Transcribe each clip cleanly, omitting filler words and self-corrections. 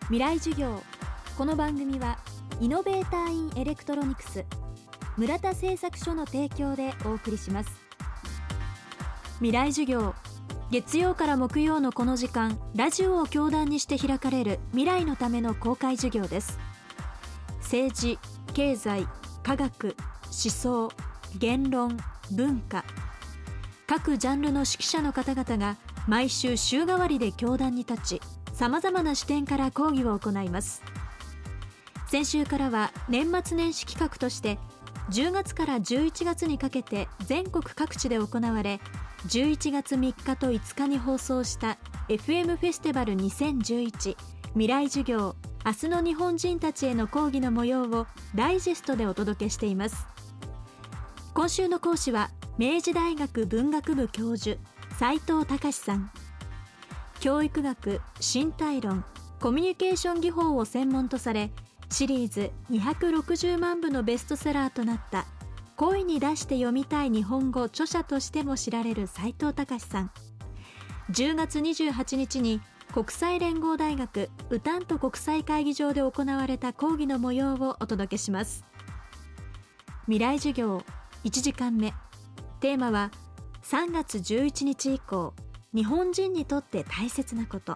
未来授業。この番組はイノベーターインエレクトロニクス村田製作所の提供でお送りします。未来授業、月曜から木曜のこの時間、ラジオを教壇にして開かれる未来のための公開授業です。政治、経済、科学、思想、言論、文化、各ジャンルの指揮者の方々が毎週週替わりで教壇に立ち、さまざまな視点から講義を行います。先週からは年末年始企画として10月から11月にかけて全国各地で行われ、11月3日と5日に放送した FM フェスティバル2011未来授業、明日の日本人たちへの講義の模様をダイジェストでお届けしています。今週の講師は明治大学文学部教授斉藤隆さん。教育学、身体論、コミュニケーション技法を専門とされ、シリーズ260万部のベストセラーとなった声に出して読みたい日本語著者としても知られる斉藤隆さん。10月28日に国際連合大学ウタント国際会議場で行われた講義の模様をお届けします。未来授業1時間目、テーマは3月11日以降日本人にとって大切なこと。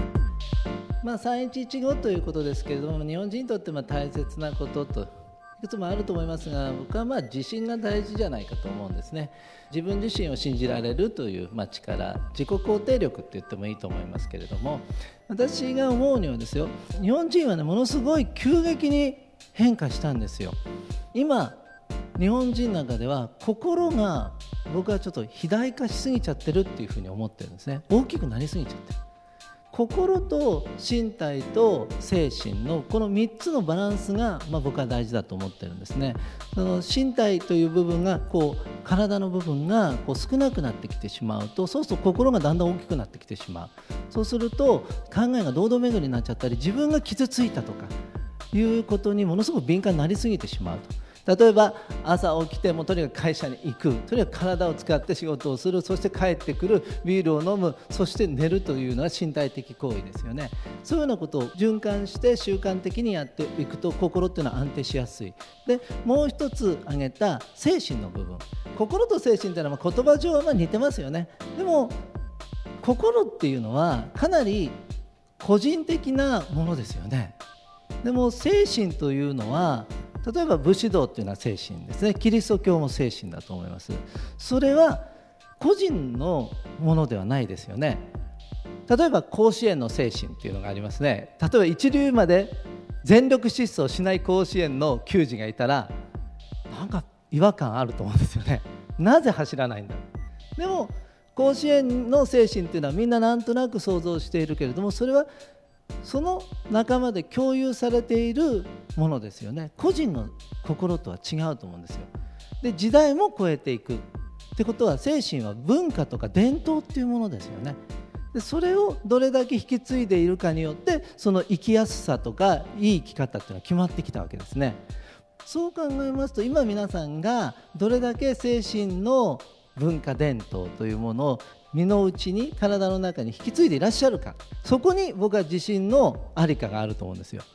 3.11後ということですけれども、日本人にとって大切なことといくつもあると思いますが、僕は自信が大事じゃないかと思うんですね。自分自身を信じられるという力、自己肯定力って言ってもいいと思いますけれども、私が思うにはですよ、日本人はものすごい急激に変化したんですよ。今日本人の中では心が僕はちょっと肥大化しすぎちゃってるっていうふうに思ってるんですね。大きくなりすぎちゃってる。心と身体と精神のこの3つのバランスが、僕は大事だと思ってるんですね。その身体という部分が体の部分が少なくなってきてしまうと、そうすると心がだんだん大きくなってきてしまう。そうすると考えが堂々巡りになっちゃったり、自分が傷ついたとかいうことにものすごく敏感になりすぎてしまうと。例えば朝起きてもとにかく会社に行く、とにかく体を使って仕事をする、そして帰ってくる、ビールを飲む、そして寝るというのは身体的行為ですよね。そういうようなことを循環して習慣的にやっていくと心っていうのは安定しやすい。でもう一つ挙げた精神の部分、心と精神というのは言葉上は似てますよね。でも心っていうのはかなり個人的なものですよね。でも精神というのは、例えば武士道というのは精神ですね。キリスト教も精神だと思います。それは個人のものではないですよね。例えば甲子園の精神というのがありますね。例えば一塁まで全力疾走しない甲子園の球児がいたら、なんか違和感あると思うんですよね。なぜ走らないんだ。でも甲子園の精神というのはみんななんとなく想像しているけれども、それはその仲間で共有されているものですよね。個人の心とは違うと思うんですよ。で時代も超えていくってことは、精神は文化とか伝統っていうものですよね。でそれをどれだけ引き継いでいるかによって、その生きやすさとかいい生き方っていうのは決まってきたわけですね。そう考えますと、今皆さんがどれだけ精神の文化伝統というものを身の内に、体の中に引き継いでいらっしゃるか、そこに僕は自信のありかがあると思うんですよ。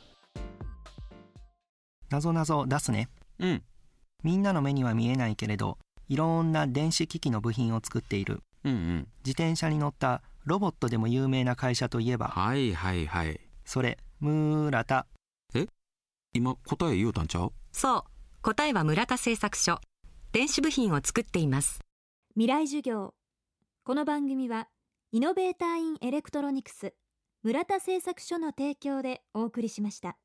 なぞなぞ出すね。みんなの目には見えないけれど、いろんな電子機器の部品を作っている、自転車に乗ったロボットでも有名な会社といえば、それ村田。 今答え言うたんちゃう？ そう、答えは村田製作所。電子部品を作っています。 未来授業。この番組はイノベーターインエレクトロニクス村田製作所の提供でお送りしました。